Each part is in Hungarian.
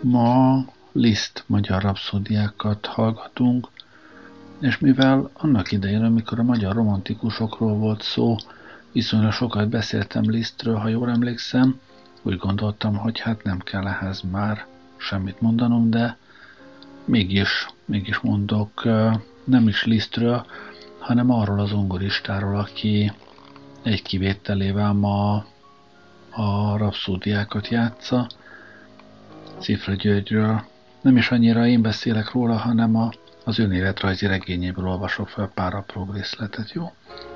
Ma Liszt magyar rapszódiákat hallgatunk, és mivel annak idején, amikor a magyar romantikusokról volt szó, viszonylag sokat beszéltem Lisztről, ha jól emlékszem, úgy gondoltam, hogy hát nem kell ehhez már semmit mondanom, de mégis mondok nem is Lisztről, hanem arról az zongoristáról, aki egy kivételével ma a rapszódiákat játsza, Cifra Györgyről. Nem is annyira én beszélek róla, hanem az önéletrajzi regényéből olvasok fel pár apró részletet, jó?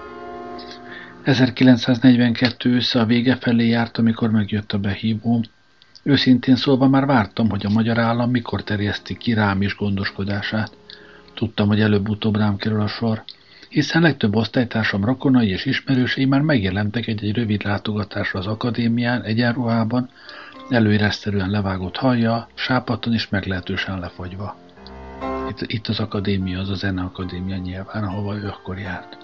1942 ősze a vége felé járt, amikor megjött a behívó. Őszintén szólva már vártam, hogy a magyar állam mikor terjeszti ki rám is gondoskodását. Tudtam, hogy előbb-utóbb rám kerül a sor, hiszen legtöbb osztálytársam rokonai és ismerősei már megjelentek egy rövid látogatásra az akadémián, egyenruhában, előírásszerűen levágott hajjal, sápadtan és meglehetősen lefagyva. Itt az akadémia, az a zeneakadémia nyilván, ahova ő akkor járt.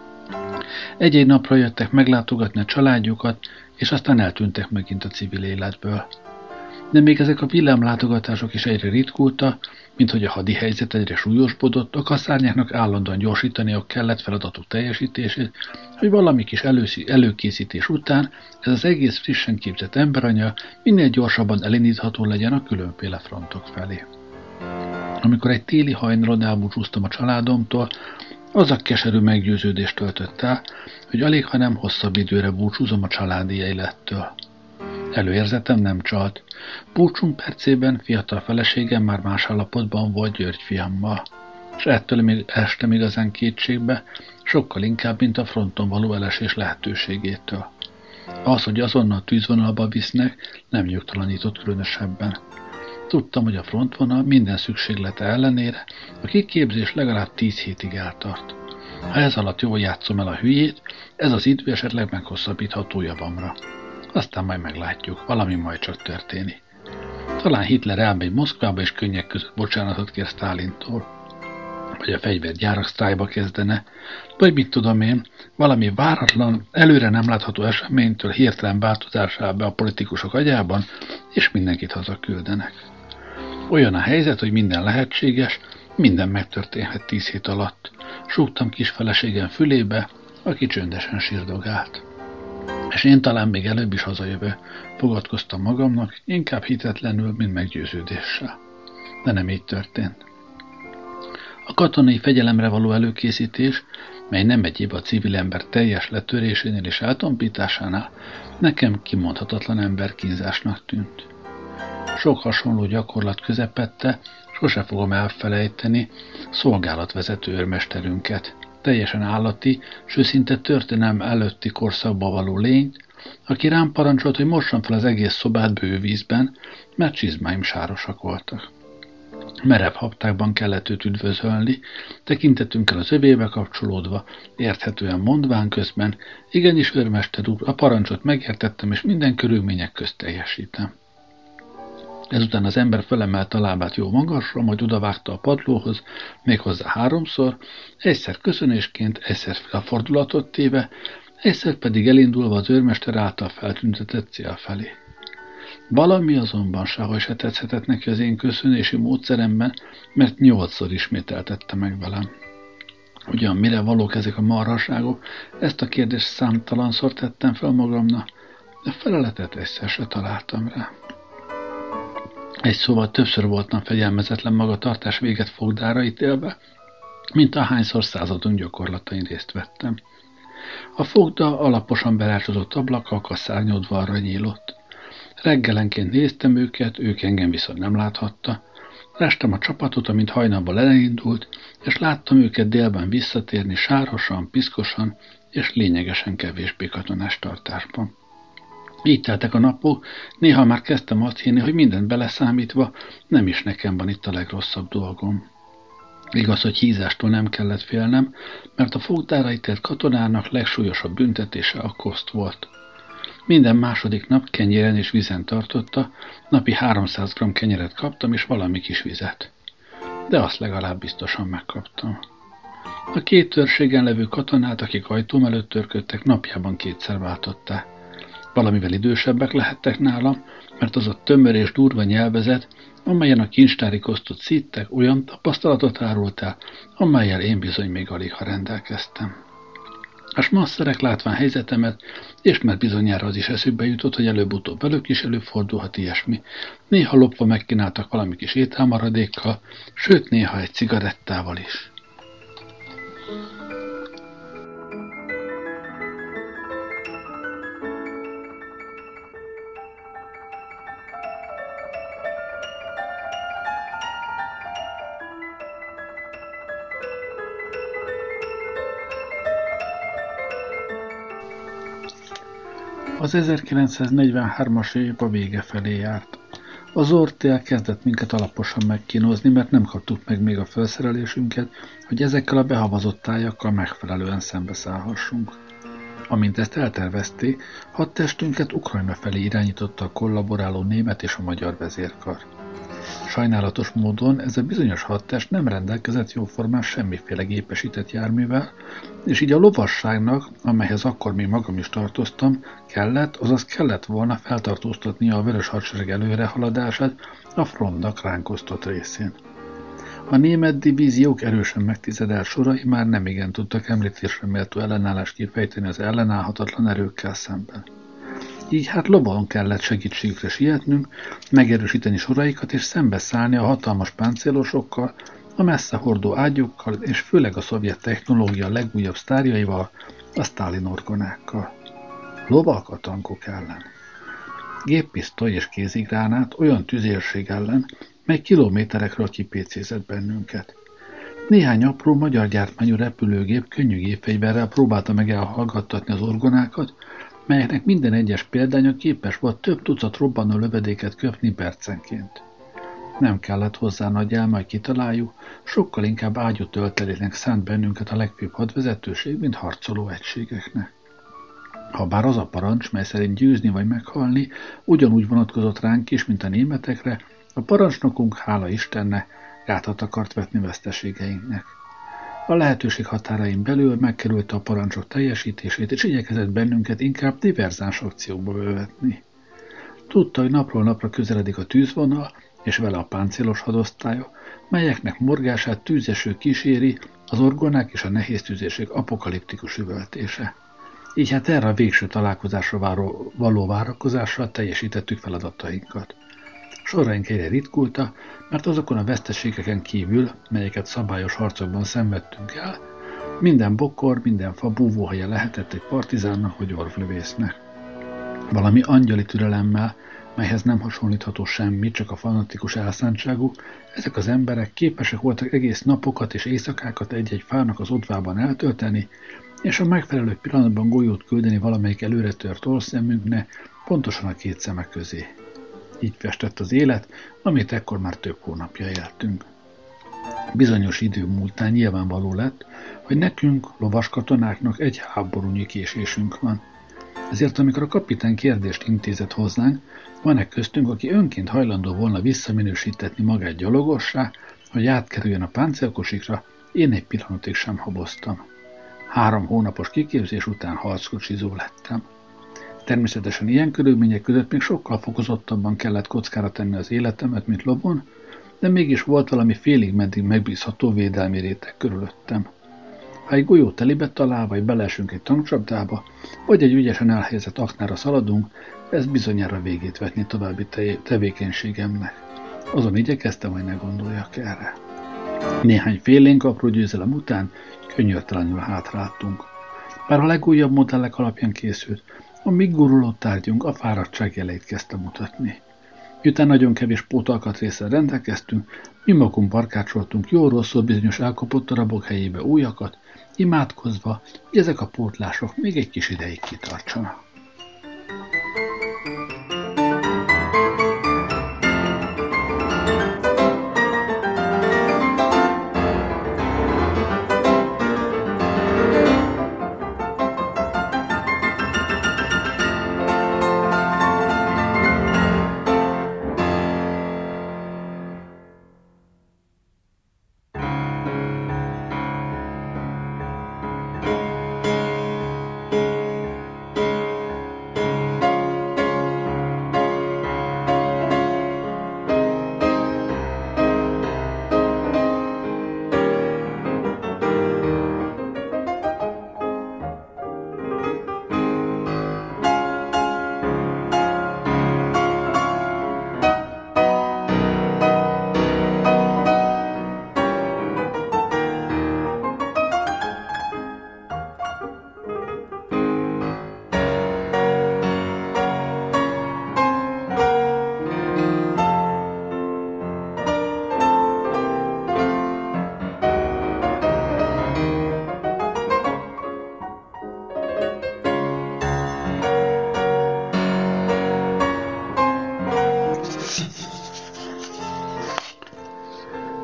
Egy-egy napra jöttek meglátogatni a családjukat, és aztán eltűntek megint a civil életből. De még ezek a villámlátogatások is egyre ritkultak, mint hogy a hadi helyzet egyre súlyosbodott, a kaszárnyáknak állandóan gyorsítaniuk kellett feladatok teljesítését, hogy valami kis előkészítés után ez az egész frissen képzett emberanyag minél gyorsabban elindítható legyen a különféle frontok felé. Amikor egy téli hajnalon elbúcsúztam a családomtól, az a keserű meggyőződést töltött el, hogy alig, ha nem hosszabb időre búcsúzom a családi élettől. Előérzetem nem csalt. Búcsunk percében fiatal feleségem már más állapotban volt György fiammal, és ettől még estem igazán kétségbe, sokkal inkább, mint a fronton való elesés lehetőségétől. Az, hogy azonnal tűzvonalba visznek, nem nyugtalanított különösebben. Tudtam, hogy a frontvonal minden szükséglete ellenére a kiképzés legalább 10 hétig eltart. Ha ez alatt jól játszom el a hülyét, ez az idő esetleg meghosszabbítható javamra. Aztán majd meglátjuk, valami majd csak történik. Talán Hitler elmegy Moszkvába és könnyek között bocsánatot kér Sztálintól. Vagy a fegyvergyárak sztrájba kezdene, vagy mit tudom én, valami váratlan, előre nem látható eseménytől hirtelen változásába be a politikusok agyában, és mindenkit hazaküldenek. Olyan a helyzet, hogy minden lehetséges, minden megtörténhet 10 hét alatt. Súgtam kis feleségem fülébe, aki csöndesen sírdogált. És én talán még előbb is hazajövő, fogadkoztam magamnak, inkább hitetlenül, mint meggyőződéssel. De nem így történt. A katonai fegyelemre való előkészítés, mely nem egyéb a civil ember teljes letörésénél és eltompításánál, nekem kimondhatatlan emberkínzásnak tűnt. Sok hasonló gyakorlat közepette, sose fogom elfelejteni szolgálatvezető őrmesterünket, teljesen állati, sőt szinte történelem előtti korszakba való lényt, aki rám parancsolt, hogy mossam fel az egész szobát bővízben, mert csizmáim sárosak voltak. Merev haptákban kellett őt üdvözölni, tekintetünkkel az övébe kapcsolódva, érthetően mondván közben, igenis őrmester úr, a parancsot megértettem, és minden körülmények közt teljesítem. Ezután az ember felemelte a lábát jó magasra, majd odavágta a padlóhoz, méghozzá 3-szor, egyszer köszönésként, egyszer felfordulatot téve, egyszer pedig elindulva az őrmester által feltüntetett cél felé. Valami azonban sehogy se tetszhetett neki az én köszönési módszeremben, mert 8-szor ismételtette meg velem. Ugyan mire valók ezek a marhaságok, ezt a kérdést számtalanszor tettem fel magamnak, de feleletet egyszer se találtam rá. Egy szóval többször voltam fegyelmezetlen magatartás véget fogdára ítélve, mint ahányszor századon gyakorlatain részt vettem. A fogda alaposan berácsozott ablakkal szárnyodva arra nyílott. Reggelenként néztem őket, ők engem viszont nem láthatta. Restem a csapatot, amint hajnalban elindult, és láttam őket délben visszatérni sárosan, piszkosan és lényegesen kevésbé katonás tartásban. Így teltek a napok, néha már kezdtem azt hinni, hogy mindent beleszámítva nem is nekem van itt a legrosszabb dolgom. Igaz, hogy hízástól nem kellett félnem, mert a fogdára ítélt katonának legsúlyosabb büntetése a koszt volt. Minden második nap kenyéren és vízen tartotta, napi 300 g kenyeret kaptam és valami kis vizet. De azt legalább biztosan megkaptam. A 2 őrségen levő katonát, akik ajtóm előtt törködtek, napjában 2-szer váltották. Valamivel idősebbek lehettek nálam, mert az a tömör és durva nyelvezet, amelyen a kincstári kosztot szíttek, olyan tapasztalatot árult el, amellyel én bizony még alig ha rendelkeztem. A smasszerek látván helyzetemet, és mert bizonyára az is eszükbe jutott, hogy előbb-utóbb velük is előfordulhat ilyesmi. Néha lopva megkínáltak valami kis ételmaradékkal, sőt néha egy cigarettával is. Az 1943-as év a vége felé járt. Az ortél kezdett minket alaposan megkínozni, mert nem kaptuk meg még a felszerelésünket, hogy ezekkel a behavazott tájakkal megfelelően szembeszállhassunk. Amint ezt eltervezték, hadtestünket Ukrajna felé irányította a kollaboráló német és a magyar vezérkar. Sajnálatos módon ez a bizonyos hadtest nem rendelkezett jóformán semmiféle gépesített járművel, és így a lovasságnak, amelyhez akkor még magam is tartoztam, kellett volna feltartóztatnia a vörös hadsereg előrehaladását a frontnak ránk osztott részén. A német divíziók erősen megtizedelt sorai már nemigen tudtak említésre méltó ellenállást kifejteni az ellenállhatatlan erőkkel szemben. Így hát lovon kellett segítségükre sietnünk, megerősíteni soraikat és szembeszállni a hatalmas páncélosokkal, a messze hordó ágyúkkal és főleg a szovjet technológia legújabb sztárjaival, a Sztálin orgonákkal. Lovak a tankok ellen. Géppisztoly és kézigránát olyan tüzérség ellen, mely kilométerekről kipécézett bennünket. Néhány apró magyar gyártmányú repülőgép könnyű gépfegyverrel próbálta meg elhallgattatni az orgonákat, melyeknek minden egyes példánya képes volt több tucat robbanó lövedéket köpni percenként. Nem kellett hozzá nagy elme, hogy kitaláljuk, sokkal inkább ágyú tölteléknek szánt bennünket a legfőbb hadvezetőség, mint harcoló egységeknek. Habár az a parancs, mely szerint győzni vagy meghalni, ugyanúgy vonatkozott ránk is, mint a németekre, a parancsnokunk, hála Istennek, gátat akart vetni veszteségeinknek. A lehetőség határain belül megkerülte a parancsok teljesítését, és igyekezett bennünket inkább diverzáns akciókba bevetni. Tudta, hogy napról napra közeledik a tűzvonal, és vele a páncélos hadosztálya, melyeknek morgását tűzeső kíséri, az orgonák és a nehéz tüzérség apokaliptikus üvöltése. Így hát erre a végső találkozásra való várakozással teljesítettük feladatainkat. Soraink egyre ritkulta, mert azokon a veszteségeken kívül, melyeket szabályos harcokban szenvedtünk el, minden bokor, minden fa búvóhelye lehetett egy partizánnak vagy orvlövésznek. Valami angyali türelemmel, melyhez nem hasonlítható semmi, csak a fanatikus elszántságuk, ezek az emberek képesek voltak egész napokat és éjszakákat egy-egy fának az odvában eltölteni, és a megfelelő pillanatban golyót küldeni valamelyik előretört orrszemünknek, pontosan a két szeme közé. Így festett az élet, amit ekkor már több hónapja éltünk. Bizonyos idő múltán nyilvánvaló lett, hogy nekünk, lovas katonáknak egy háborúnyi késésünk van. Ezért amikor a kapitány kérdést intézett hozzánk, van-e köztünk, aki önként hajlandó volna visszaminősítetni magát gyalogossá, hogy átkerüljön a páncélkosikra, én egy pillanatig sem haboztam. 3 hónapos kiképzés után harckocsizó lettem. Természetesen ilyen körülmények között még sokkal fokozottabban kellett kockára tenni az életemet, mint lovon, de mégis volt valami félig meddig megbízható védelmi réteg körülöttem. Ha egy golyó telibe talál, vagy beleesünk egy tankcsapdába, vagy egy ügyesen elhelyezett aknára szaladunk, ez bizonyára végét vetni további tevékenységemnek. Azon igyekeztem, hogy ne gondoljak erre. Néhány félénk apró győzelem után könnyörtelenül hátráltunk. Bár a legújabb modellek alapján készült, a még guruló tárgyunk a fáradtság jeleit kezdte mutatni. Miután nagyon kevés pótalkatrésszel rendelkeztünk, mi magunk barkácsoltunk jól-rosszul bizonyos elkopott darabok helyébe újakat, imádkozva, hogy ezek a pótlások még egy kis ideig kitartsanak.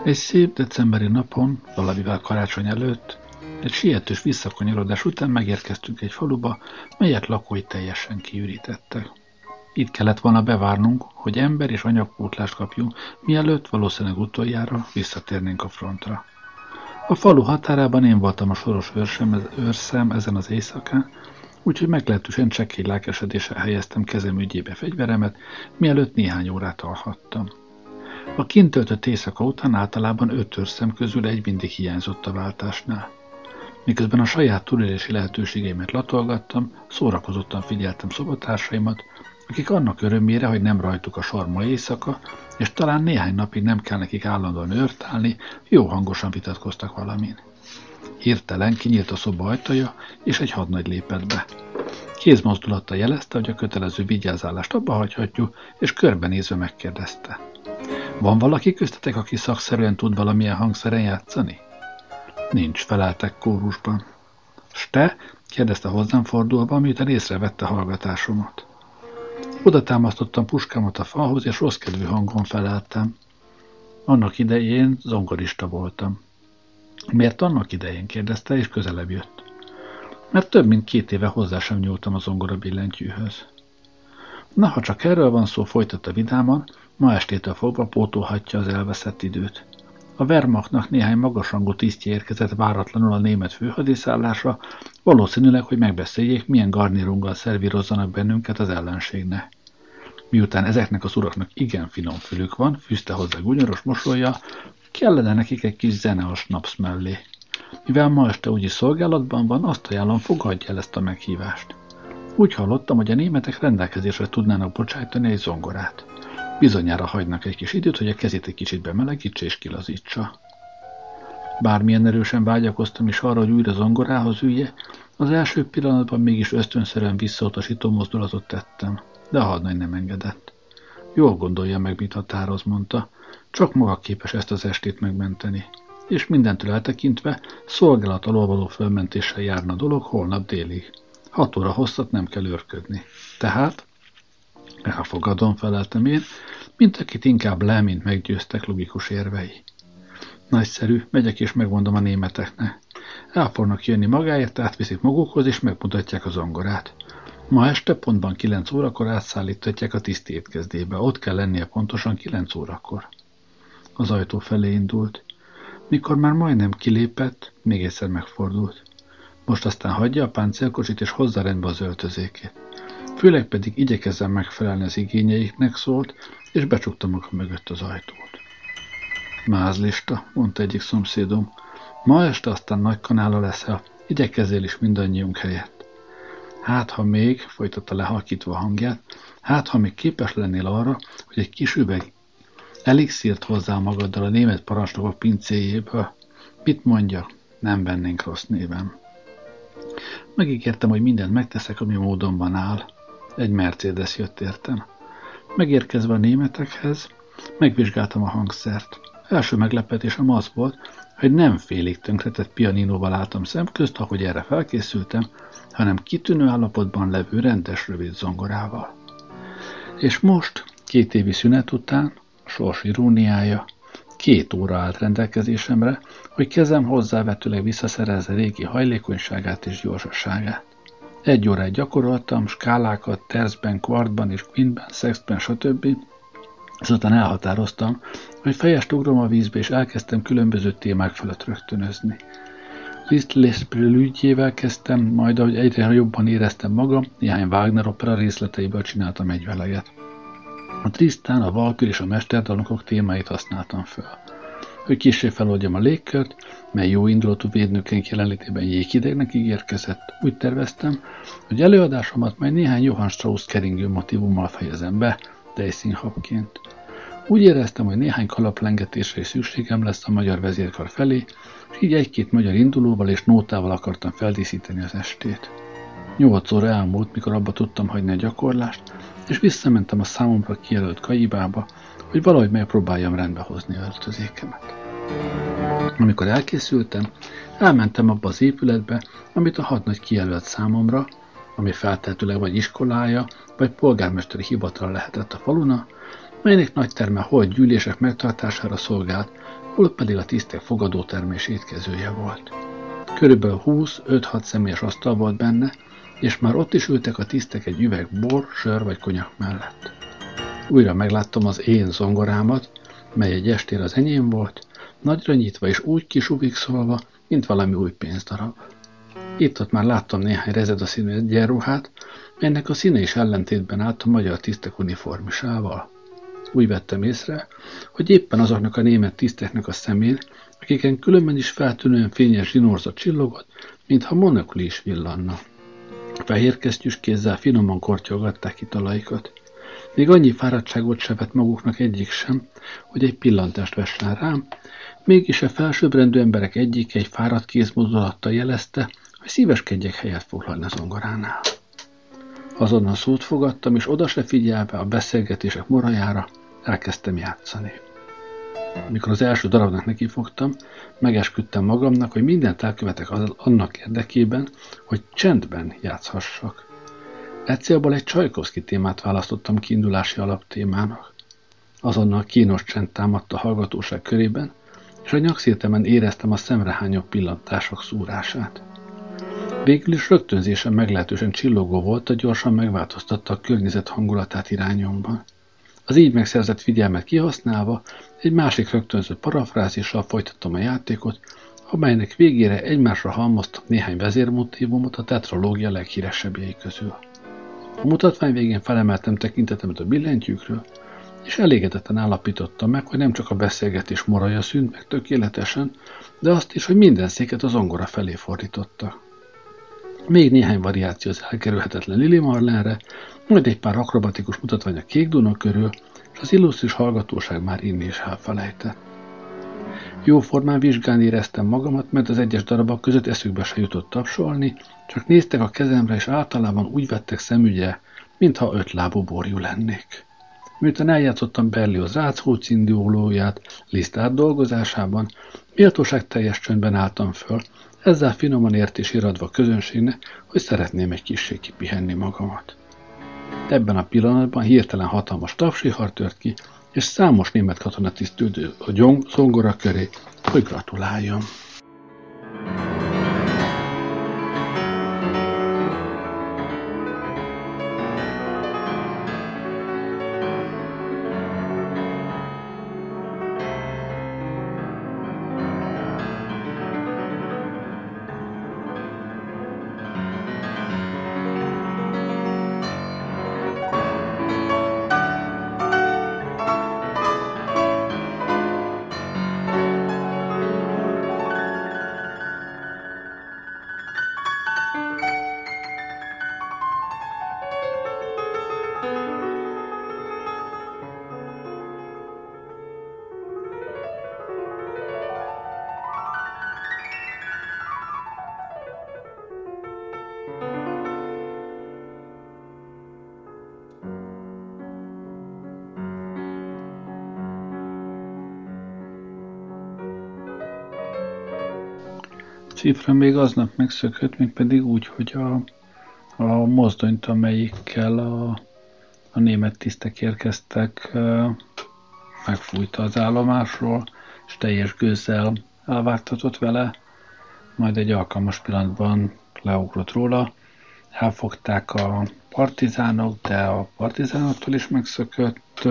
Egy szép decemberi napon, valamivel karácsony előtt, egy sietős visszakanyarodás után megérkeztünk egy faluba, melyet lakói teljesen kiürítettek. Itt kellett volna bevárnunk, hogy ember és anyagpótlást kapjunk, mielőtt valószínűleg utoljára visszatérnénk a frontra. A falu határában én voltam a soros őrszem ezen az éjszakán, úgyhogy meglehetősen csekély lelkesedéssel helyeztem kezem ügyébe fegyveremet, mielőtt néhány órát alhattam. A kint töltött éjszaka után általában 5 őrszem közül egy mindig hiányzott a váltásnál. Miközben a saját túlélési lehetőségeimet latolgattam, szórakozottan figyeltem szobatársaimat, akik annak örömére, hogy nem rajtuk a sarma éjszaka, és talán néhány napig nem kell nekik állandóan őrt állni, jó hangosan vitatkoztak valamin. Hirtelen kinyílt a szoba ajtaja, és egy hadnagy lépett be. Kézmozdulattal jelezte, hogy a kötelező vigyázálást abba hagyhatjuk, és körbenézve megkérdezte. Van valaki köztetek, aki szakszerűen tud valamilyen hangszeren játszani? Nincs, feleltek kórusban. S te? Kérdezte hozzám fordulva, miután észrevette hallgatásomat. Oda támasztottam puskámat a falhoz, és rosszkedvű hangon feleltem. Annak idején zongorista voltam. Miért annak idején? Kérdezte, és közelebb jött. Mert több mint 2 éve hozzá sem nyúltam a zongora billentyűhöz. Na, ha csak erről van szó, folytatta vidáman, ma estétől fogva pótolhatja az elveszett időt. A Wehrmachtnak néhány magasrangú tisztje érkezett váratlanul a német főhadiszállásra, valószínűleg, hogy megbeszéljék, milyen garnírunggal szervírozzanak bennünket az ellenségnek. Miután ezeknek az uraknak igen finom fülük van, fűzte hozzá gunyoros mosolya, kellene nekik egy kis zene a snaps mellé. Mivel ma este úgyis szolgálatban van, azt ajánlom, fogadja el ezt a meghívást. Úgy hallottam, hogy a németek rendelkezésre tudnának bocsájtani egy zongorát. Bizonyára hagynak egy kis időt, hogy a kezét egy kicsit bemelegítse és kilazítsa. Bármilyen erősen vágyakoztam is arra, hogy újra zongorához ülje, az első pillanatban mégis ösztönszerűen visszautasító mozdulatot tettem, de a hadnagy nem engedett. Jól gondolja meg, mit határoz, mondta, csak maga képes ezt az estét megmenteni, és mindentől eltekintve szolgálat alól való fölmentéssel járna a dolog holnap délig. 6 óra hosszat nem kell őrködni. Tehát elfogadom, feleltem én, mint akit inkább le, mint meggyőztek logikus érvei. Nagyszerű, megyek és megmondom a németeknek. El fognak jönni magáért, átviszik magukhoz és megmutatják a zongorát. Ma este pontban 9 órakor átszállítatják a tiszti étkezdébe. Ott kell lennie pontosan 9 órakor. Az ajtó felé indult. Mikor már majdnem kilépett, még egyszer megfordult. Most aztán hagyja a páncélkocsit és hozza rendbe az öltözékét. Főleg pedig igyekezzen megfelelni az igényeiknek, szólt, és becsukta maga mögött az ajtót. Mázlista, mondta egyik szomszédom. Ma este aztán nagy kanála leszel, igyekezzél is mindannyiunk helyett. Hát, ha még, folytatta lehalkítva a hangját, hát, ha még képes lennél arra, hogy egy kis üveg elixírt hozzá magaddal a német parancsnokok pincéjéből, mit mondja, nem vennénk rossz néven. Megígértem, hogy mindent megteszek, ami módonban áll. Egy Mercedes jött értem. Megérkezve a németekhez, megvizsgáltam a hangszert. Első meglepetésem az volt, hogy nem félig tönkretett pianinóval álltam szemközt, ahogy erre felkészültem, hanem kitűnő állapotban levő rendes rövid zongorával. És most, 2 évi szünet után, a sors iróniája, 2 óra állt rendelkezésemre, hogy kezem hozzávetőleg visszaszerezze régi hajlékonyságát és gyorsaságát. 1 órát gyakoroltam, skálákat, terzben, kvartban és quintben, sextben, stb. Azután elhatároztam, hogy fejest ugrom a vízbe, és elkezdtem különböző témák fölött rögtönözni. Liszt les Prelügyével kezdtem, majd ahogy egyre jobban éreztem magam, néhány Wagner opera részleteiből csináltam egy veleget. A Tristan, a Valkyr és a mesterdalnokok témáit használtam föl. Hogy kissé feloldjam a légkört, mely jó indulatú védnökeink jelenlétében jéghidegnek ígérkezett, úgy terveztem, hogy előadásomat majd néhány Johann Strauss keringő motivummal fejezem be, tejszínhabként. Úgy éreztem, hogy néhány kalaplengetésre is szükségem lesz a magyar vezérkar felé, és így 1-2 magyar indulóval és nótával akartam feldíszíteni az estét. 8 óra elmúlt, mikor abba tudtam hagyni a gyakorlást, és visszamentem a számomra kijelölt kaibába, hogy valahogy megpróbáljam rendbehozni öltözékemet. Amikor elkészültem, elmentem abba az épületbe, amit a hadnagy kijelölt számomra, ami feltehetőleg vagy iskolája, vagy polgármesteri hivatal lehetett a faluna, melynek nagy terme holt gyűlések megtartására szolgált, hol pedig a tisztek fogadótermés étkezője volt. Körülbelül 20-5-6 személyes asztal volt benne, és már ott is ültek a tisztek egy üveg bor, sör vagy konyak mellett. Újra megláttam az én zongorámat, mely egy estére az enyém volt, nagyra nyitva és úgy kisubikszolva, mint valami új pénzdarab. Itt-ott már láttam néhány rezedaszínű egyenruhát, melynek a színe is ellentétben állt a magyar tisztek uniformisával. Úgy vettem észre, hogy éppen azoknak a német tiszteknek a szemén, akiken különben is feltűnően fényes zsinórzat csillogott, mintha monokli is villanna. Fehér kesztyűs kézzel finoman kortyolgatták italaikat. Még annyi fáradtságot se vett maguknak egyik sem, hogy egy pillantást vessen rám, mégis a felsőbbrendű emberek egyike egy fáradt kézmozdulattal jelezte, hogy szíveskedjek helyet foglalni a zongoránál. Azonnal szót fogadtam, és oda se figyelve a beszélgetések morajára elkezdtem játszani. Mikor az első darabnak nekifogtam, megesküdtem magamnak, hogy mindent elkövetek annak érdekében, hogy csendben játszhassak. E célból egy Csajkovszky témát választottam kiindulási alaptémának. Azonnal kínos csend támadt a hallgatóság körében, és a nyakszírtemen éreztem a szemrehányó pillantások szúrását. Végül is rögtönzésen meglehetősen csillogó volt, a gyorsan megváltoztatta a környezet hangulatát irányomban. Az így megszerzett figyelmet kihasználva egy másik rögtönző parafrázissal folytattam a játékot, amelynek végére egymásra halmoztam néhány vezérmotívumot a tetralógia leghíresebbjei közül. A mutatvány végén felemeltem tekintetemet a billentyűkről, és elégedetten állapítottam meg, hogy nem csak a beszélgetés moraja szűnt meg tökéletesen, de azt is, hogy minden széket a zongora felé fordította. Még néhány variáció az elkerülhetetlen Lili Marlenre, majd egy pár akrobatikus mutatvány a Kék Duna körül, és az illusztris hallgatóság már inni is elfelejtett. Jóformán vizsgálni éreztem magamat, mert az egyes darabok között eszükbe se jutott tapsolni, csak néztek a kezemre, és általában úgy vettek szemügyre, mintha ötlábú borjú lennék. Miután eljátszottam Berlioz Ráckóc indiólóját Liszt átdolgozásában, méltóság teljes csöndben álltam föl, ezzel finoman értésére adva a közönségnek, hogy szeretném egy kissé kipihenni magamat. Ebben a pillanatban hirtelen hatalmas tapsvihar tört ki, és számos német katonatiszt ült a zongora köré, hogy gratuláljon. Cifra még aznap megszökött, még pedig úgy, hogy a mozdonyt, amelyikkel a német tisztek érkeztek, megfújta az állomásról, és teljes gőzzel elvágtatott vele, majd egy alkalmas pillanatban leugrott róla. Elfogták a partizánok, de a partizánoktól is megszökött.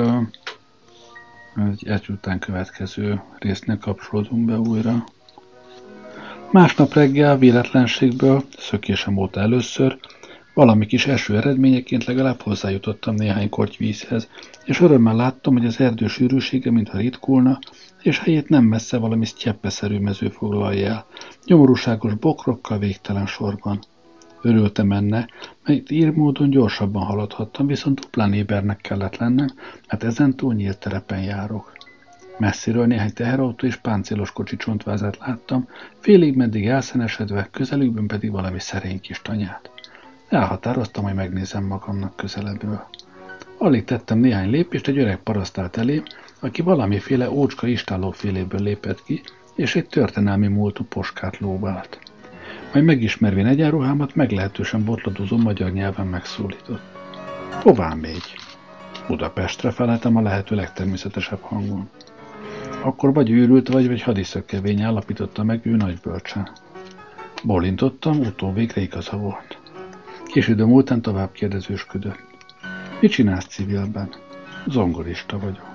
Egy után következő résznek kapcsolódunk be újra. Másnap reggel véletlenségből, szökésem óta először, valami kis eső eredményeként legalább hozzájutottam néhány korty vízhez, és örömmel láttam, hogy az erdő sűrűsége mintha ritkulna, és helyét nem messze valami sztyeppe-szerű mező foglalja el, nyomorúságos bokrokkal végtelen sorban. Örültem enne, mert így módon gyorsabban haladhattam, viszont duplán ébernek kellett lennem, mert ezentúl nyílt terepen járok. Messziről néhány teherautó és páncélos kocsi csontvázát láttam, félig meddig elszenesedve, közelükben pedig valami szerény kis tanyát. Elhatároztam, hogy megnézem magamnak közelebbről. Alig tettem néhány lépést, egy öreg paraszt állt elém, aki valamiféle ócska istállóféléből lépett ki, és egy történelmi múltú poskát lóbált. Majd megismervén egyenruhámat meglehetősen botladozó magyar nyelven megszólított. Hová mégy? Budapestre, feleltem a lehető legtermészetesebb hangon. Akkor vagy őrült vagy hadiszökkevény, állapította meg ő nagy bölcsen. Bólintottam, utóvégre igaza volt. Kis idő múltán tovább kérdezősködött. Mit csinálsz civilben? Zongorista vagyok.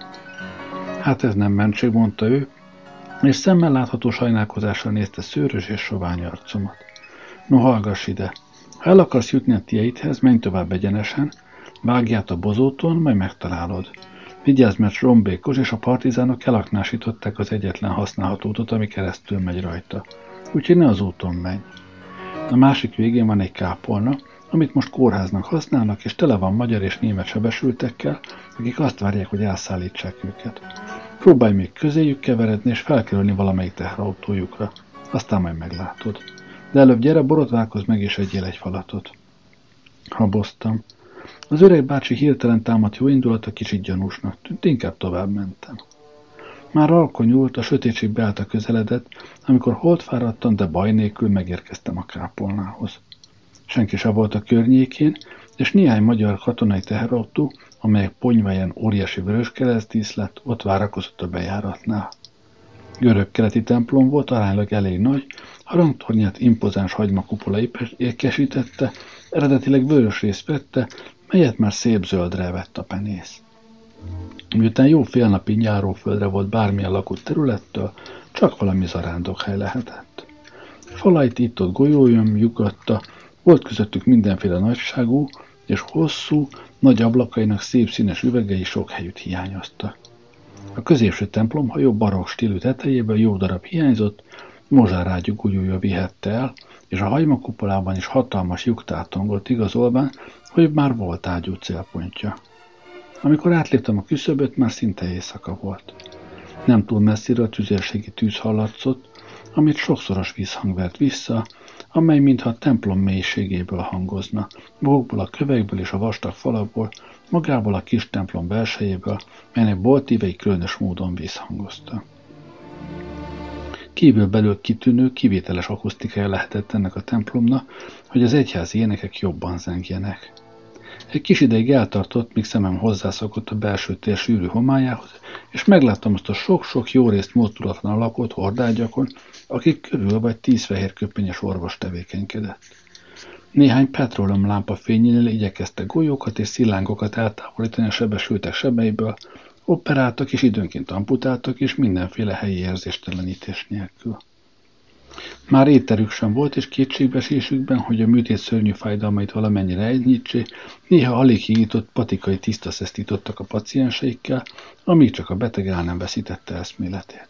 Hát ez nem mentség, mondta ő, és szemmel látható sajnálkozással nézte szőrös és sovány arcomat. No, hallgass ide! Ha el akarsz jutni a tieidhez, menj tovább egyenesen, vágj át a bozóton, majd megtalálod. Vigyázz, mert rombékos, és a partizánok elaknásították az egyetlen használható utat, ami keresztül megy rajta. Úgyhogy ne az úton menj. A másik végén van egy kápolna, amit most kórháznak használnak, és tele van magyar és német sebesültekkel, akik azt várják, hogy elszállítsák őket. Próbálj még közéjük keveredni, és felkerülni valamelyik teherautójukra. Aztán majd meglátod. De előbb gyere, borotválkozz meg, és egyél egy falatot. Haboztam. Az öreg bácsi hirtelen támadt jó indulata kicsit gyanúsnak tűnt, inkább tovább mentem. Már alkonyult, a sötétség beállta közeledett, amikor holdfáradtan, de baj nélkül megérkeztem a kápolnához. Senki sem volt a környékén, és néhány magyar katonai teherautó, amelyek ponyváján óriási vöröskeresztdíszlet, ott várakozott a bejáratnál. Görög-keleti templom volt, aránylag elég nagy, harangtornyát impozáns hagymakupola ékesítette, eredetileg vörös részt vette, melyet már szép zöldre vett a penész. Miután jó fél napig nyáróföldre volt bármilyen lakott területtől, csak valami zarándokhely lehetett. Falait itt-ott golyójön lyugatta, volt közöttük mindenféle nagyságú, és hosszú, nagy ablakainak szép színes üvegei sok helyütt hiányoztak. A középső templomhajó barokk stílű tetejéből jó darab hiányzott, mozsárágyú golyója vihette el, és a hagymakupolában is hatalmas lyuk tátongott, igazolván, hogy már volt ágyú célpontja. Amikor átléptem a küszöböt, már szinte éjszaka volt. Nem túl messziről tüzérségi tűz hallatszott, amit sokszoros vízhang vert vissza, amely mintha a templom mélységéből hangozna, magukból a kövekből és a vastag falakból, magából a kis templom belsejéből, melynek boltívei különös módon visszhangozta. Kívülbelül kitűnő, kivételes akusztikája lehetett ennek a templomnak, hogy az egyházi énekek jobban zengjenek. Egy kis ideig eltartott, míg szemem hozzászokott a belső tér sűrű homályához, és megláttam azt a sok-sok jó részt mozdulatlan lakott hordágyakon, akik körül vagy 10 fehér köpenyes orvos tevékenykedett. Néhány petróleumlámpa fényénél igyekeztek golyókat és szillángokat eltávolítani a sebesültek sebeiből, operáltak és időnként amputáltak és mindenféle helyi érzéstelenítés nélkül. Már étterük sem volt, és kétségbeesésükben, hogy a műtét szörnyű fájdalmait valamennyire enyhítsék, néha alig hígított patikai tisztaszeszt ítottak a pacienseikkel, amíg csak a beteg el nem veszítette eszméletét.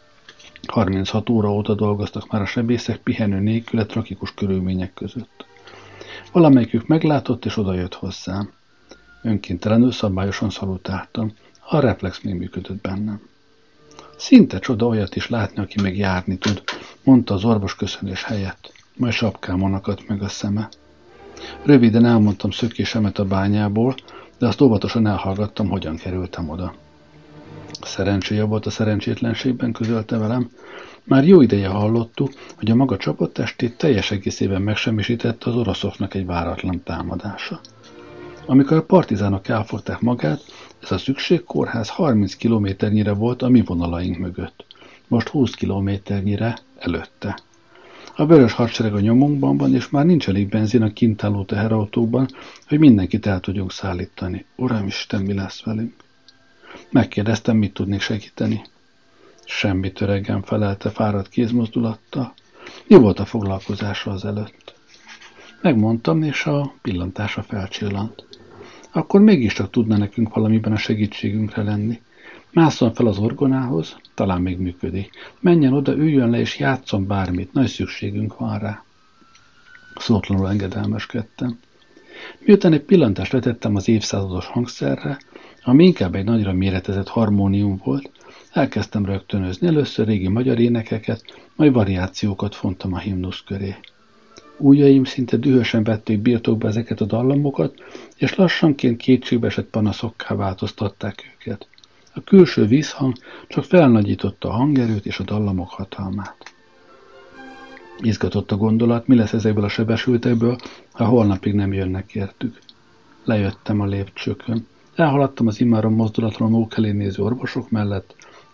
36 óra óta dolgoztak már a sebészek pihenő nélkül tragikus körülmények között. Valamelyikük meglátott és odajött hozzám. Önkéntelenül szabályosan szalutáltam, a reflex még működött bennem. Szinte csoda olyat is látni, aki meg járni tud, mondta az orvos köszönés helyett, majd sapkámon akadt meg a szeme. Röviden elmondtam szökésemet a bányából, de azt óvatosan elhallgattam, hogyan kerültem oda. Szerencséje volt a szerencsétlenségben, közölte velem. Már jó ideje hallottuk, hogy a maga csapattestét teljes egészében megsemmisítette az oroszoknak egy váratlan támadása. Amikor a partizánok elfogták magát, ez a szükségkórház 30 kilométernyire volt a mi vonalaink mögött, most 20 kilométernyire előtte. A vörös hadsereg a nyomunkban van, és már nincs elég benzin a kint álló teherautókban, hogy mindenkit el tudjunk szállítani. Uramisten, mi lesz velünk? Megkérdeztem, mit tudnék segíteni. Semmit, öregem, felelte fáradt kézmozdulattal. Mi volt a foglalkozása az előtt? Megmondtam, és a pillantása felcsillant. Akkor mégiscsak tudna nekünk valamiben a segítségünkre lenni. Másszon fel az orgonához, talán még működik. Menjen oda, üljön le, és játsszon bármit, nagy szükségünk van rá. Szótlanul engedelmeskedtem. Miután egy pillantást vetettem az évszázados hangszerre, ami inkább egy nagyra méretezett harmónium volt, elkezdtem rögtönözni először régi magyar énekeket, majd variációkat fontam a himnusz köré. Ujjaim szinte dühösen vették birtokba ezeket a dallamokat, és lassanként kétségbeesett panaszokká változtatták őket. A külső vízhang csak felnagyította a hangerőt és a dallamok hatalmát. Izgatott a gondolat, mi lesz ezekből a sebesültekből, ha holnapig nem jönnek értük. Lejöttem a lépcsőkön. Elhaladtam az immáron mozdulatlan mók elé néző orvosok mellett,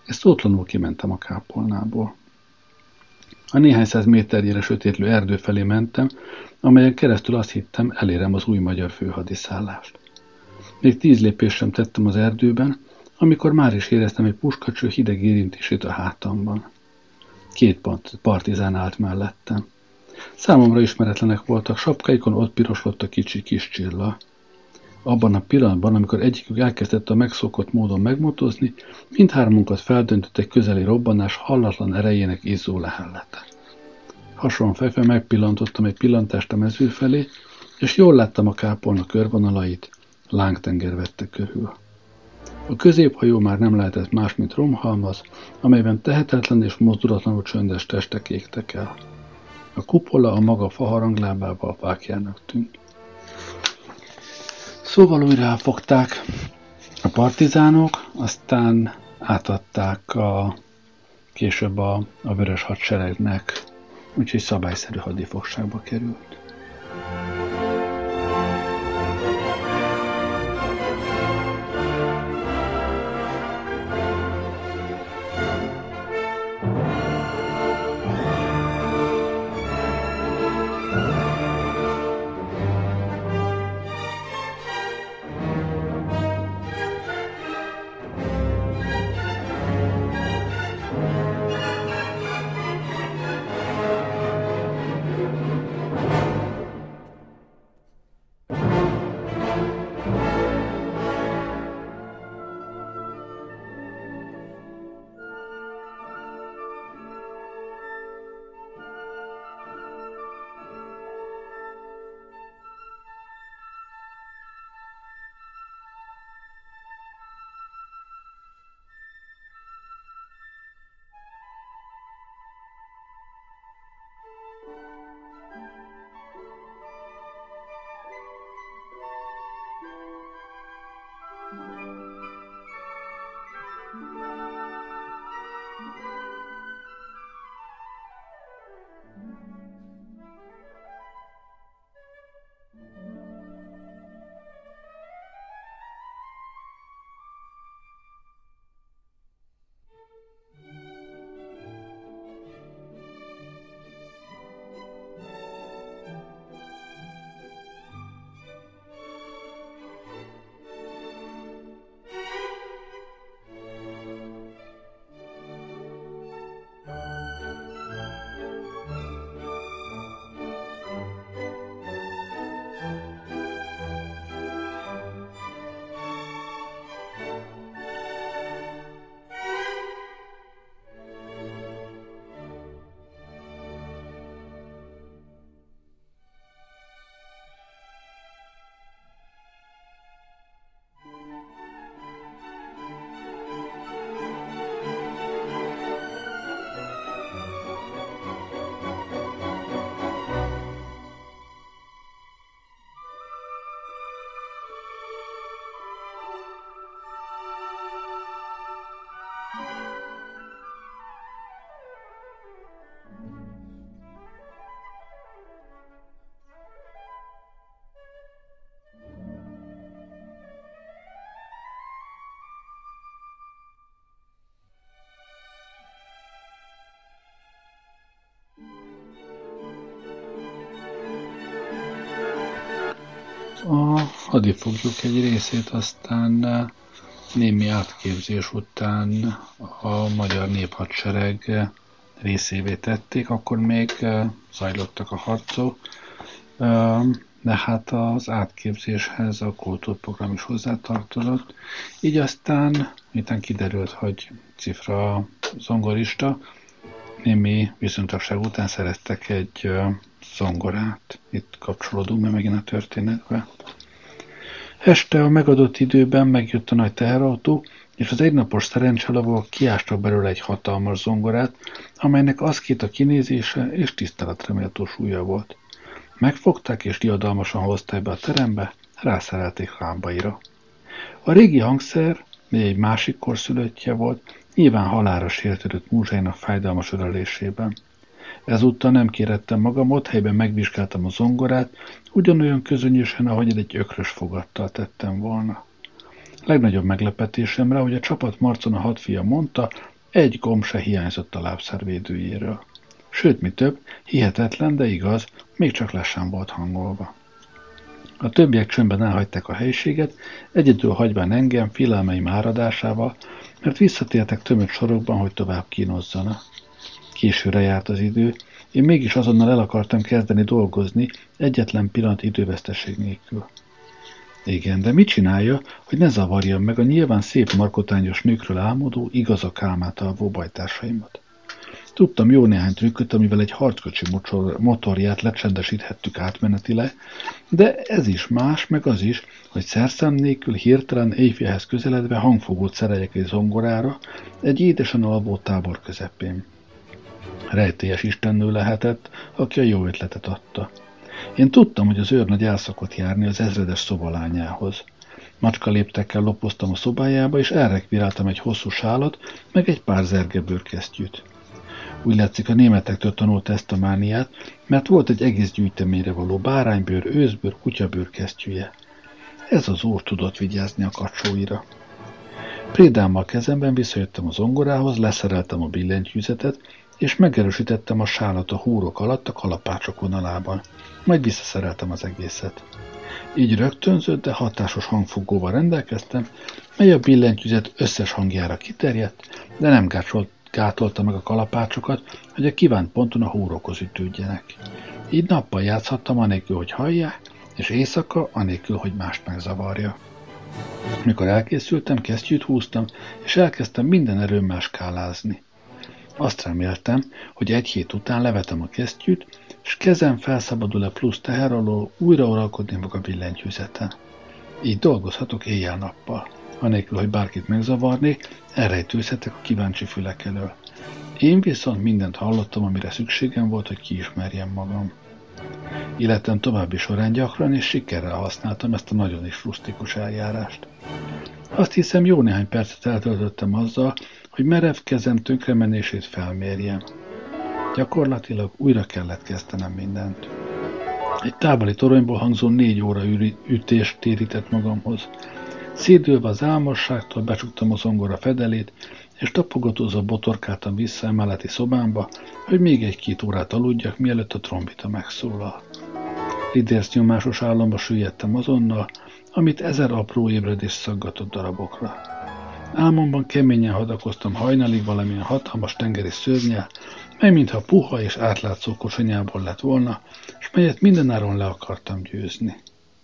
és szótlanul kimentem a kápolnából. A néhány száz méternyire sötétlő erdő felé mentem, amelyen keresztül azt hittem, elérem az új magyar főhadiszállást. Még 10 lépést sem tettem az erdőben, amikor már is éreztem egy puskacső hideg érintését a hátamban. 2 partizán állt mellettem. Számomra ismeretlenek voltak, sapkáikon ott pirosodott a kicsi kis csilla. Abban a pillanatban, amikor egyikük elkezdett a megszokott módon megmotozni, mindhármunkat feldöntött egy közeli robbanás hallatlan erejének izzó lehellete. Hason fekve megpillantottam egy pillantást a mező felé, és jól láttam a kápolna körvonalait, lángtenger vette körül. A középhajó már nem lehetett más, mint romhalmaz, amelyben tehetetlen és mozdulatlanul csöndes testek égtek el. A kupola a maga faharanglábával vákjának tűnt. Szóval újra elfogták a partizánok, aztán átadták később a Vörös Hadseregnek, úgyhogy szabályszerű hadifogságba került. A hadifoglyok egy részét aztán némi átképzés után a magyar néphadsereg részévé tették, akkor még zajlottak a harcok, de hát az átképzéshez a kultúrprogram is hozzátartozott. Így aztán, miután kiderült, hogy Cifra zongorista, némi viszontagság után szereztek egy zongorát. Itt kapcsolódunk be megint a történetbe. Este a megadott időben megjött a nagy teherautó, és az egynapos szerencselovagok kiástak belőle egy hatalmas zongorát, amelynek aszkéta kinézése és tiszteletre méltó súlya volt. Megfogták és diadalmasan hozták be a terembe, rászerelték lábaira. A régi hangszer, mely egy másik korszülöttje volt, nyilván halálra sértődött múzsáinak fájdalmas ölelésében. Ezúttal nem kérettem magam, ott helyben megvizsgáltam a zongorát, ugyanolyan közönösen, ahogy egy ökrös fogattal tettem volna. Legnagyobb meglepetésemre, hogy a csapat marcon a hadfia mondta, Egy gomb se hiányzott a lábszárvédőjéről. Sőt, mi több, hihetetlen, de igaz, még csak le sem volt hangolva. A többiek csöndben elhagyták a helyiséget, egyedül hagyván engem félelmeim áradásával, mert visszatértek tömött sorokban, hogy tovább kínozzanak. Későre járt az idő, én mégis azonnal el akartam kezdeni dolgozni, egyetlen pillanat időveszteség nélkül. Igen, de mit csinálja, hogy ne zavarjam meg a nyilván szép markotányos nőkről álmodó, igazak álmát alvó bajtársaimat? Tudtam jó néhány trükköt, amivel egy harckocsi motorját lecsendesíthettük átmenetileg, de ez is más, meg az is, hogy szerszám nélkül hirtelen éjfélhez közeledve hangfogót szereljek egy zongorára egy édesen alvó tábor közepén. Rejtélyes istennő lehetett, aki a jó ötletet adta. Én tudtam, hogy az őrnagy el szokott járni az ezredes szobalányához. Macska léptekkel lopoztam a szobájába, és elrekviráltam egy hosszú sálat, meg egy pár zergebőrkesztyűt. Úgy látszik, a németektől tanult ezt a mániát, mert volt egy egész gyűjteményre való báránybőr, őszbőr, kutyabőr kesztyűje. Ez az úr tudott vigyázni a kacsóira. Prédámmal kezemben visszajöttem a zongorához, leszereltem a billentyűzetet, és megerősítettem a sálat a húrok alatt a kalapácsok vonalában, majd visszaszereltem az egészet. Így rögtönzött, de hatásos hangfogóval rendelkeztem, mely a billentyűzet összes hangjára kiterjedt, de nem gátolta meg a kalapácsokat, hogy a kívánt ponton a húrokhoz ütődjenek. Így nappal játszhattam anélkül, hogy hallják, és éjszaka anélkül, hogy mást megzavarja. Mikor elkészültem, kesztyűt húztam, és elkezdtem minden erőmmel skálázni. Azt reméltem, hogy egy hét után levetem a kesztyűt, és kezem felszabadul a plusz teher alól, újra uralkodni fog a billentyűzeten. Így dolgozhatok éjjel-nappal. Anélkül, hogy bárkit megzavarnék, elrejtőzhetek a kíváncsi fülek elől. Én viszont mindent hallottam, amire szükségem volt, hogy kiismerjem magam. Életem további során gyakran és sikerrel használtam ezt a nagyon is rusztikus eljárást. Azt hiszem, jó néhány percet eltöltöttem azzal, hogy merev kezem tönkremenését felmérjem. Gyakorlatilag újra kellett kezdenem mindent. Egy távoli toronyból hangzó 4 óra ütést térített magamhoz. Szédülve az álmosságtól becsuktam a zongora fedelét, és tapogatózva botorkáltam vissza emeleti szobámba, hogy még 1-2 órát aludjak, mielőtt a trombita megszólal. Lidércnyomásos álomba süllyedtem azonnal, amit 1000 apró ébredés szaggatott darabokra. Álmomban keményen hadakoztam hajnalig valamilyen hatalmas tengeri szörnnyel, mely mintha puha és átlátszó kosonyából lett volna, s melyet mindenáron le akartam győzni.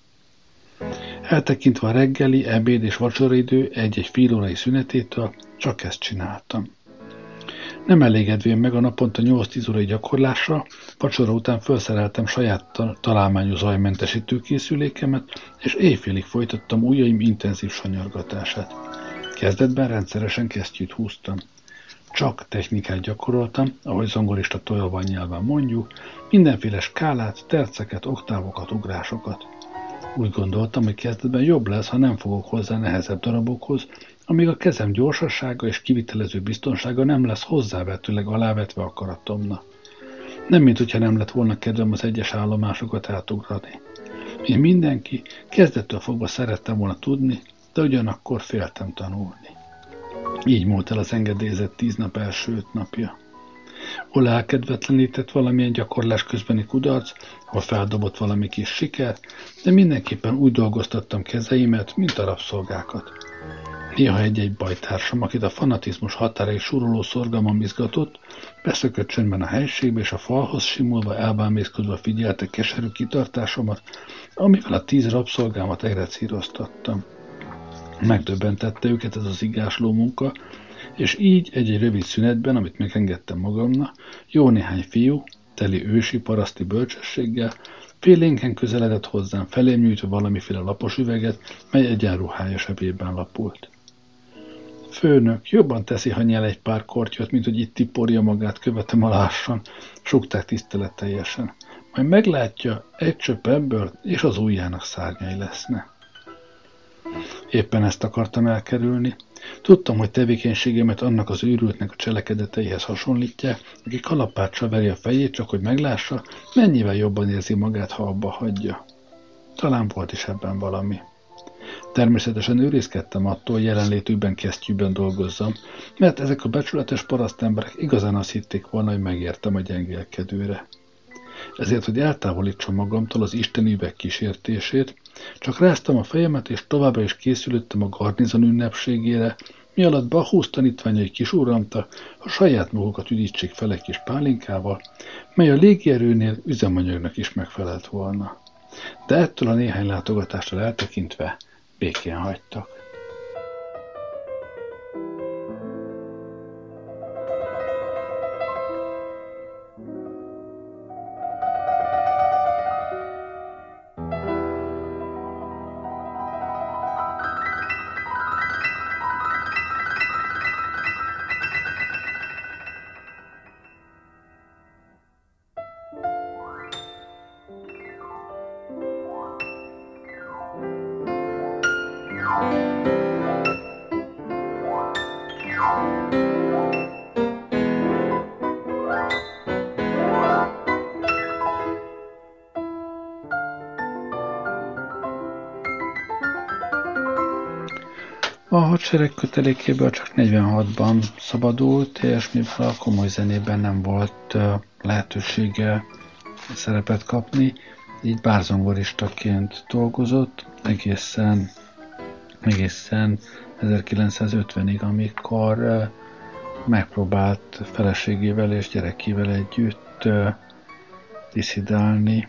Eltekintve a reggeli, ebéd és vacsoraidő egy-egy félórai szünetétől, csak ezt csináltam. Nem elégedvén meg a naponta 8-10 órai gyakorlásra, vacsora után felszereltem saját találmányú zajmentesítő készülékemet, és éjfélig folytattam ujjaim intenzív sanyargatását. Kezdetben rendszeresen kesztyűt húztam. Csak technikát gyakoroltam, ahogy zongorista tojolvan nyelven mondjuk, mindenféle skálát, terceket, oktávokat, ugrásokat. Úgy gondoltam, hogy kezdetben jobb lesz, ha nem fogok hozzá nehezebb darabokhoz, amíg a kezem gyorsasága és kivitelező biztonsága nem lesz hozzávetőleg alávetve akaratomnak. Nem, mint hogyha nem lett volna kedvem az egyes állomásokat átugrani. Én mindenki, kezdettől fogva szerettem volna tudni, de ugyanakkor féltem tanulni. Így múlt el az engedélyezett 10 nap első 5 napja. Hol elkedvetlenített valamilyen gyakorlás közbeni kudarc, hol feldobott valami kis siker, de mindenképpen úgy dolgoztattam kezeimet, mint a rabszolgákat. Néha egy-egy bajtársam, akit a fanatizmus határai suruló szorgalmam izgatott, beszökött csöndben a helységbe, és a falhoz simulva, elbámészkodva figyelte keserű kitartásomat, amivel a 10 rabszolgámat egyre círoztattam. Megdöbbentette őket ez az igásló munka, és így egy-egy rövid szünetben, amit megengedtem magamnak, jó néhány fiú, teli ősi paraszti bölcsességgel, félénken közeledett hozzám, felém nyújtva valamiféle lapos üveget, mely egyenruhája sebében lapult. Főnök, jobban teszi, ha nyel egy pár kortyot, mint hogy itt tiporja magát, követem a lássan, súgták tiszteletteljesen. Majd meglátja, egy csöpp ebből, és az ujjának szárnyai lesznek. Éppen ezt akartam elkerülni. Tudtam, hogy tevékenységemet annak az őrültnek a cselekedeteihez hasonlítják, aki kalapáccsal veri a fejét, csak hogy meglássa, mennyivel jobban érzi magát, ha abba hagyja. Talán volt is ebben valami. Természetesen őrizkedtem attól, hogy jelenlétükben kesztyűben dolgozzam, mert ezek a becsületes parasztemberek igazán azt hitték volna, hogy megértem a gyengélkedőre. Ezért, hogy eltávolítsam magamtól az Isten üveg kísértését, csak ráztam a fejemet, és továbbra is készülöttem a garnizon ünnepségére, mi alatt Bacchus tanítványai kisúrramta, a saját magukat üdítsék fel egy kis pálinkával, mely a légierőnél üzemanyagnak is megfelelt volna. De ettől a néhány látogatástól eltekintve békén hagytak. A hadsereg kötelékéből csak 46-ban szabadult, és mivel a komoly zenében nem volt lehetősége szerepet kapni, így bárzongoristaként dolgozott egészen 1950-ig, amikor megpróbált feleségével és gyerekével együtt diszidálni.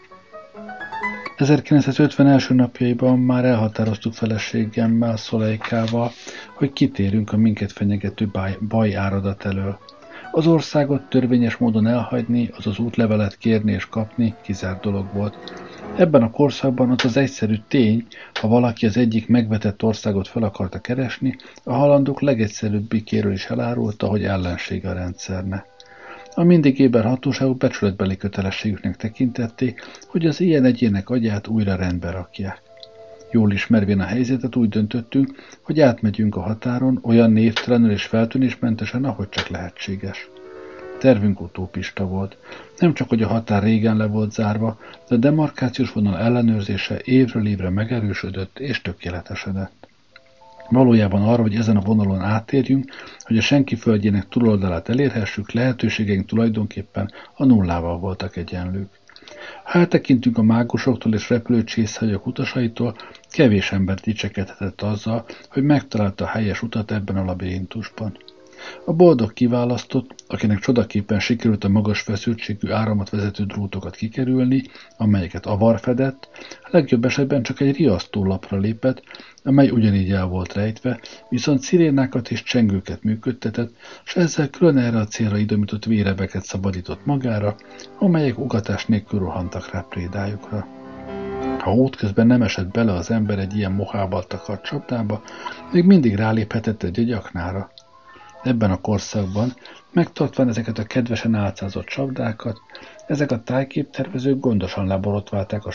1950 első napjaiban már elhatároztuk feleségemmel, Szolejkával, hogy kitérünk a minket fenyegető bajáradat elől. Az országot törvényes módon elhagyni, azaz útlevelet kérni és kapni kizárt dolog volt. Ebben a korszakban ott az egyszerű tény, ha valaki az egyik megvetett országot fel akarta keresni, a halandók legegyszerűbbikéről is elárulta, hogy ellensége a rendszernek. A mindig éber hatóságok becsületbeli kötelességüknek tekintették, hogy az ilyen egyének agyát újra rendbe rakják. Jól ismervén a helyzetet úgy döntöttünk, hogy átmegyünk a határon olyan névtelenül és feltűnésmentesen, ahogy csak lehetséges. Tervünk utópista volt. Nem csak, hogy a határ régen le volt zárva, de a demarkációs vonal ellenőrzése évről évre megerősödött és tökéletesedett. Valójában arra, hogy ezen a vonalon átérjünk, hogy a senki földjének túloldalát elérhessük, lehetőségeink tulajdonképpen a nullával voltak egyenlők. Ha eltekintünk a mágusoktól és repülőcsészhajók utasaitól, kevés ember dicsekedhetett azzal, hogy megtalálta a helyes utat ebben a labirintusban. A boldog kiválasztott, akinek csodaképpen sikerült a magas feszültségű áramot vezető drótokat kikerülni, amelyeket avar fedett, a legjobb esetben csak egy riasztólapra lépett, amely ugyanígy el volt rejtve, viszont szirénákat és csengőket működtetett, s ezzel külön erre a célra idomított vérebeket szabadított magára, amelyek ugatás nélkül rohantak rá prédájukra. Ha útközben nem esett bele az ember egy ilyen mohával takart csapdába, még mindig ráléphetett egy agyaknára. Ebben a korszakban, megtartván ezeket a kedvesen álcázott csapdákat, ezek a tájképtervezők gondosan leborotválták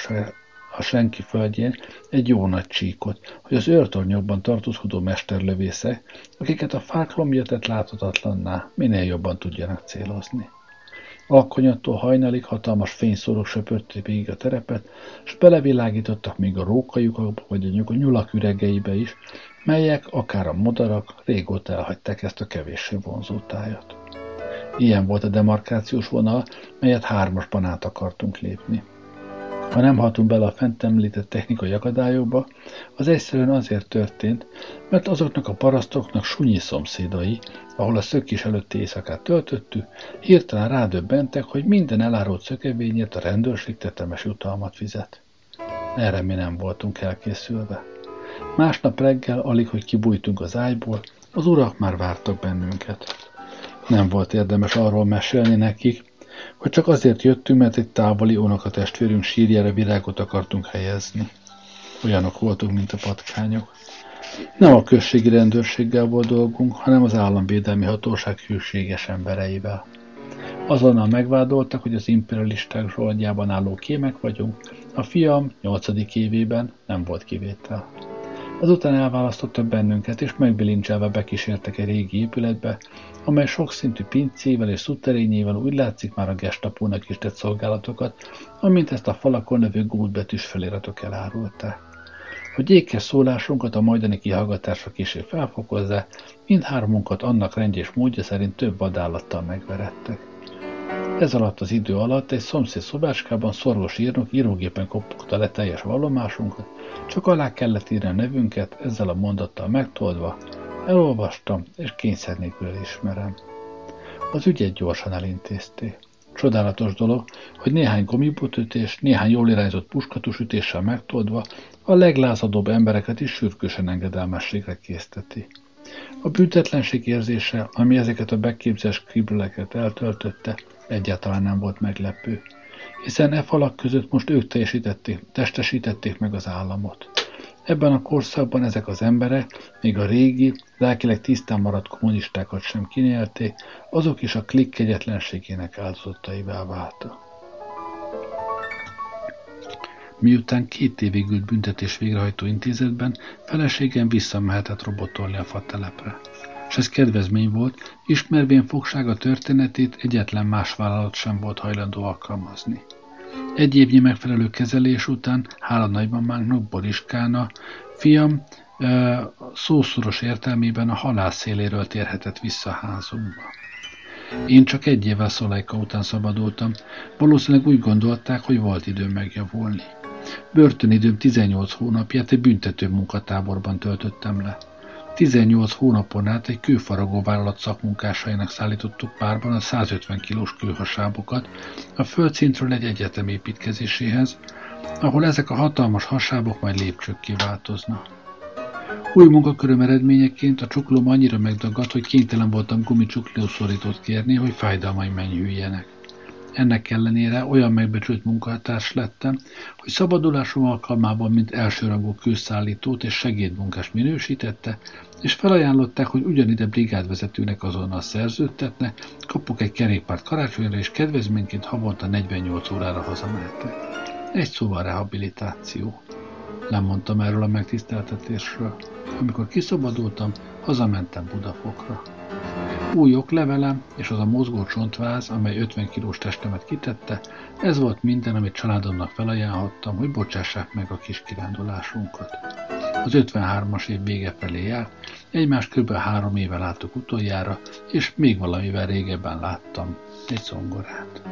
a senki földjén egy jó nagy csíkot, hogy az őrtornyokban tartózkodó mesterlövészek, akiket a fák lombja tett láthatatlanná, minél jobban tudjanak célozni. Alkonyattól hajnalig hatalmas fényszórok söpörték végig a terepet, s belevilágítottak még a rókajukakba vagy a nyulak üregeibe is, melyek, akár a modarak, régóta elhagyták ezt a kevéssé vonzó tájat. Ilyen volt a demarkációs vonal, melyet hármasban át akartunk lépni. Ha nem haltunk bele a fent említett technikai akadályokba, az egyszerűen azért történt, mert azoknak a parasztoknak sunyi szomszédai, ahol a szökkés előtti éjszakát töltöttük, hirtelen rádöbbentek, hogy minden elárult szökevényért a rendőrség tetemes jutalmat fizet. Erre mi nem voltunk elkészülve. Másnap reggel, alig hogy kibújtunk az ágyból, az urak már vártak bennünket. Nem volt érdemes arról mesélni nekik, hogy csak azért jöttünk, mert egy távoli unokatestvérünk sírjára virágot akartunk helyezni. Olyanok voltunk, mint a patkányok. Nem a községi rendőrséggel volt dolgunk, hanem az államvédelmi hatóság hűséges embereivel. Azonnal megvádoltak, hogy az imperialisták zsoldjában álló kémek vagyunk, a fiam 8. évében nem volt kivétel. Azután elválasztottak bennünket, és megbilincselve bekísértek egy régi épületbe, amely sokszintű pincével és szutterényével úgy látszik már a gestapónak is tett szolgálatokat, amint ezt a falakon növő gúlbetűs feliratok elárulták. hogy ékes szólásunkat a majdani kihallgatásra kissé felfokozzá, mindhármunkat annak rendje és módja szerint több vadállattal megverettek. Ez alatt az idő alatt egy szomszéd szobáskában szorgos írnok írógépen kopogta le teljes vallomásunkat, csak alá kellett írni a nevünket, ezzel a mondattal megtoldva, elolvastam, és kényszer nélkül elismerem. Az ügyet gyorsan elintézték. Csodálatos dolog, hogy néhány gomibotütés, néhány jól irányzott puskatusütéssel megtoldva a leglázadóbb embereket is sürgősen engedelmességre készteti. A büntetlenség érzése, ami ezeket a beképzelt skribleket eltöltötte, egyáltalán nem volt meglepő, hiszen e falak között most ők testesítették meg az államot. Ebben a korszakban ezek az emberek, még a régi, lelkileg tisztán maradt kommunistákat sem kinélték, azok is a klikk kegyetlenségének áldozataivá váltak. Miután 2 évig ült büntetés végrehajtó intézetben, feleségem visszamehetett robotolni a fatelepre. És ez kedvezmény volt, ismervén fogsága történetét egyetlen más vállalat sem volt hajlandó alkalmazni. 1 évnyi megfelelő kezelés után, hála nagymamánknak, Boriskána, fiam szószoros értelmében a halál széléről térhetett vissza házunkba. Én csak 1 évvel Szolajka után szabadultam, valószínűleg úgy gondolták, hogy volt időm megjavulni. Börtönidőm 18 hónapját egy büntető munkatáborban töltöttem le. 18 hónapon át egy kőfaragó vállalat szakmunkásainak szállítottuk párban a 150 kilós kőhasábokat a földszintről egy egyetem építkezéséhez, ahol ezek a hatalmas hasábok majd lépcsőkké változnak. Új munkaköröm eredményeként a csuklóm annyira megdagadt, hogy kénytelen voltam gumicsukliószorítót kérni, hogy fájdalmaim enyhüljenek. Ennek ellenére olyan megbecsült munkatárs lettem, hogy szabadulásom alkalmában mint elsőrangú kőszállítót és segédmunkást minősítette, és felajánlották, hogy ugyanide brigádvezetőnek azonnal szerződtetne, kapok egy kerékpárt karácsonyra, és kedvezményként havonta 48 órára hazamehetek. Egy szóval rehabilitáció. Nem mondtam erről a megtiszteltetésről. Amikor kiszabadultam, hazamentem Budafokra. Új oklevelem és az a mozgó csontváz, amely 50 kilós testemet kitette, ez volt minden, amit családomnak felajánlottam, hogy bocsássák meg a kis kirándulásunkat. Az 53-as év vége felé járt, egymást kb. 3 éve láttuk utoljára, és még valamivel régebben láttam egy zongorát.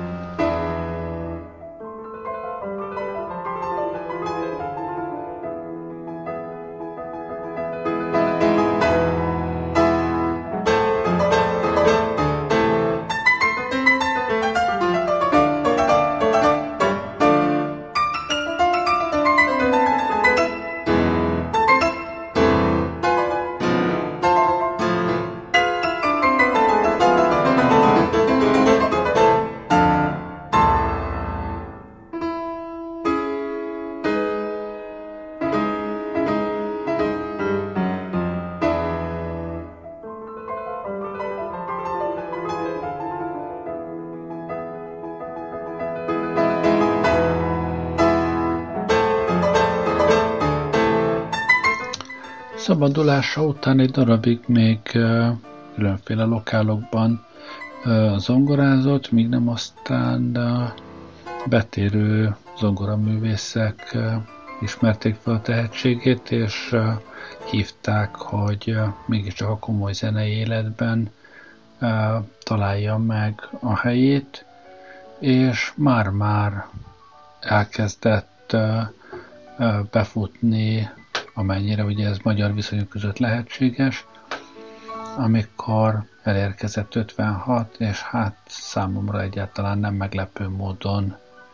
Szabadulása után egy darabig még különféle lokálokban zongorázott, míg nem aztán betérő zongoraművészek ismerték fel a tehetségét, és hívták, hogy mégiscsak a komoly zenei életben találja meg a helyét, és már-már elkezdett befutni, amennyire ugye ez magyar viszonyok között lehetséges, amikor elérkezett 56, és hát számomra egyáltalán nem meglepő módon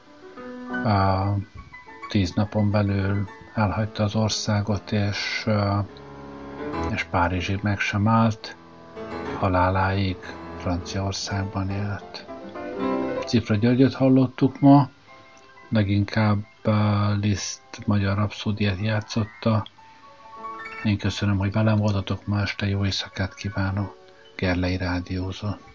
10 napon belül elhagyta az országot, és Párizsig meg sem állt, haláláig Franciaországban élt. Cifra Györgyöt hallottuk ma, leginkább Liszt magyar rapszódiát játszotta. Én köszönöm, hogy velem voltatok ma este, jó éjszakát kívánok. Gerlei rádiózott.